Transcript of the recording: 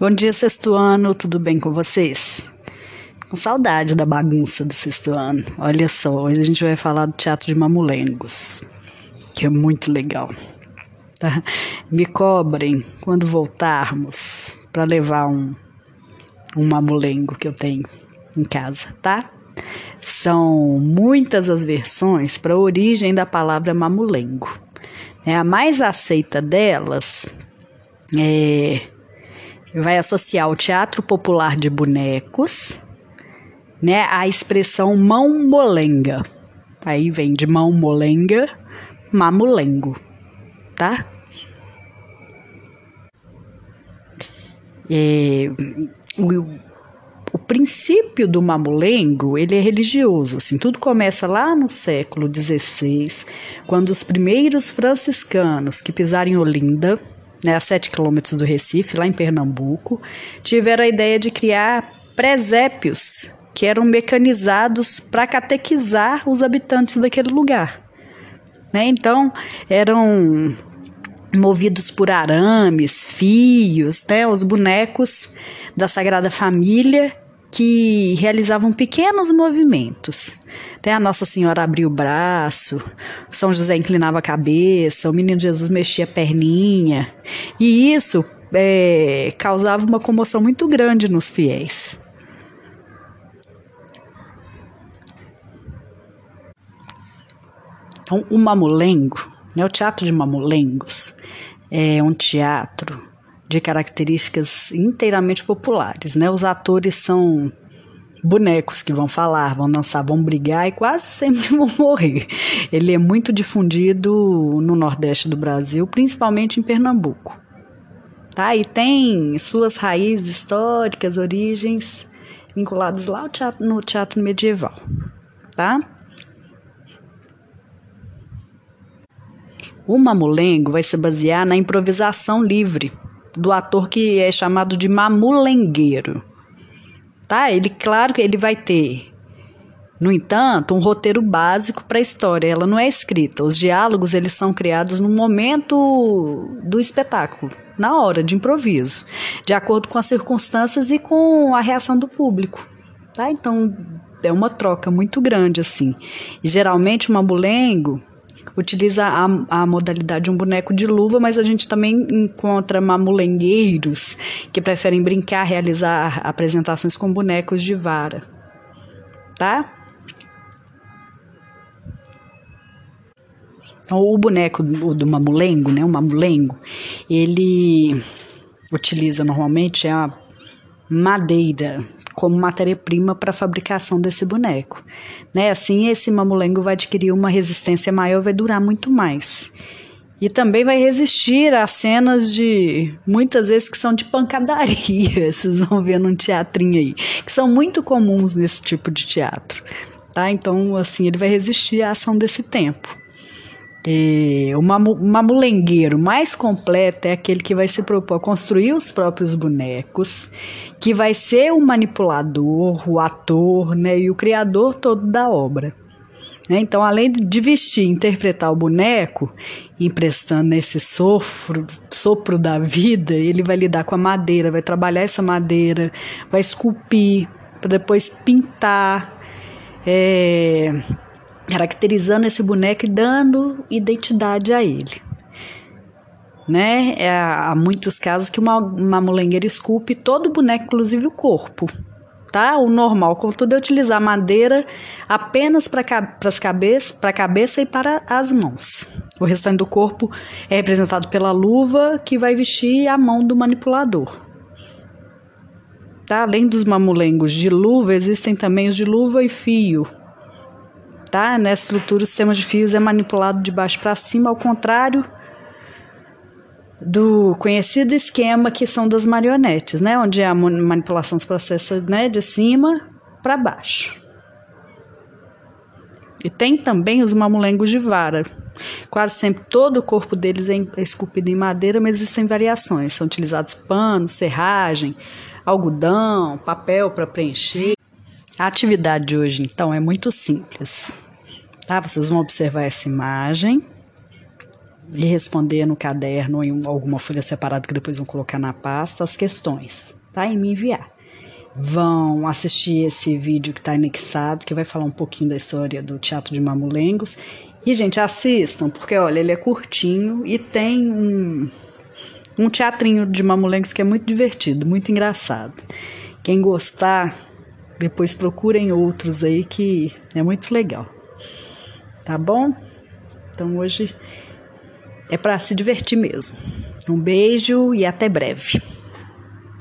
Bom dia, sexto ano, tudo bem com vocês? Com saudade da bagunça do sexto ano. Olha só, hoje a gente vai falar do Teatro de Mamulengos, que é muito legal, tá? Me cobrem quando voltarmos para levar um mamulengo que eu tenho em casa, tá? São muitas as versões para a origem da palavra mamulengo. A mais aceita delas vai associar o teatro popular de bonecos, à expressão mão molenga. Aí vem de mão molenga, mamulengo, tá? O princípio do mamulengo, ele é religioso, assim, tudo começa lá no século XVI, quando os primeiros franciscanos que pisaram em Olinda, a 7 quilômetros do Recife, lá em Pernambuco, tiveram a ideia de criar presépios que eram mecanizados para catequizar os habitantes daquele lugar. Então, eram movidos por arames, fios, os bonecos da Sagrada Família que realizavam pequenos movimentos. A Nossa Senhora abria o braço, São José inclinava a cabeça, o Menino Jesus mexia a perninha. E isso causava uma comoção muito grande nos fiéis. Então, o mamulengo, o Teatro de Mamulengos, é um teatro de características inteiramente populares, Os atores são bonecos que vão falar, vão dançar, vão brigar e quase sempre vão morrer. Ele é muito difundido no Nordeste do Brasil, principalmente em Pernambuco, tá? E tem suas raízes históricas, origens vinculadas lá no teatro medieval, tá? O mamulengo vai se basear na improvisação livre do ator que é chamado de mamulengueiro, tá? Claro que ele vai ter, no entanto, um roteiro básico para a história. Ela não é escrita. Os diálogos eles são criados no momento do espetáculo, na hora de improviso, de acordo com as circunstâncias e com a reação do público, tá? Então é uma troca muito grande assim. E geralmente o mamulengo utiliza a modalidade de um boneco de luva, mas a gente também encontra mamulengueiros que preferem brincar, realizar apresentações com bonecos de vara, tá? Então, o boneco do mamulengo, o mamulengo, ele utiliza normalmente a madeira como matéria-prima para a fabricação desse boneco, Assim, esse mamulengo vai adquirir uma resistência maior, vai durar muito mais. E também vai resistir a cenas muitas vezes que são de pancadaria, vocês vão ver num teatrinho aí, que são muito comuns nesse tipo de teatro, tá? Então, assim, ele vai resistir à ação desse tempo. O mamulengueiro mais completo é aquele que vai se propor a construir os próprios bonecos, que vai ser o manipulador, o ator, e o criador todo da obra. Então, além de vestir e interpretar o boneco, emprestando esse sopro da vida, ele vai lidar com a madeira, vai trabalhar essa madeira, vai esculpir, para depois pintar, caracterizando esse boneco e dando identidade a ele. Há muitos casos que uma mamulengueira esculpe todo o boneco, inclusive o corpo, tá? O normal, contudo, é utilizar madeira apenas para a cabeça e para as mãos. O restante do corpo é representado pela luva que vai vestir a mão do manipulador. Tá? Além dos mamulengos de luva, existem também os de luva e fio. Tá? Nessa estrutura, o sistema de fios é manipulado de baixo para cima, ao contrário do conhecido esquema que são das marionetes, onde a manipulação se processa de cima para baixo. E tem também os mamulengos de vara. Quase sempre todo o corpo deles é esculpido em madeira, mas existem variações. São utilizados pano, serragem, algodão, papel para preencher. A atividade de hoje, então, é muito simples. Tá? Vocês vão observar essa imagem e responder no caderno ou em alguma folha separada que depois vão colocar na pasta as questões, tá? E me enviar. Vão assistir esse vídeo que está anexado, que vai falar um pouquinho da história do Teatro de Mamulengos. E, gente, assistam, porque, olha, ele é curtinho e tem um teatrinho de Mamulengos que é muito divertido, muito engraçado. Quem gostar, depois procurem outros aí que é muito legal. Tá bom? Então, hoje é para se divertir mesmo. Um beijo e até breve.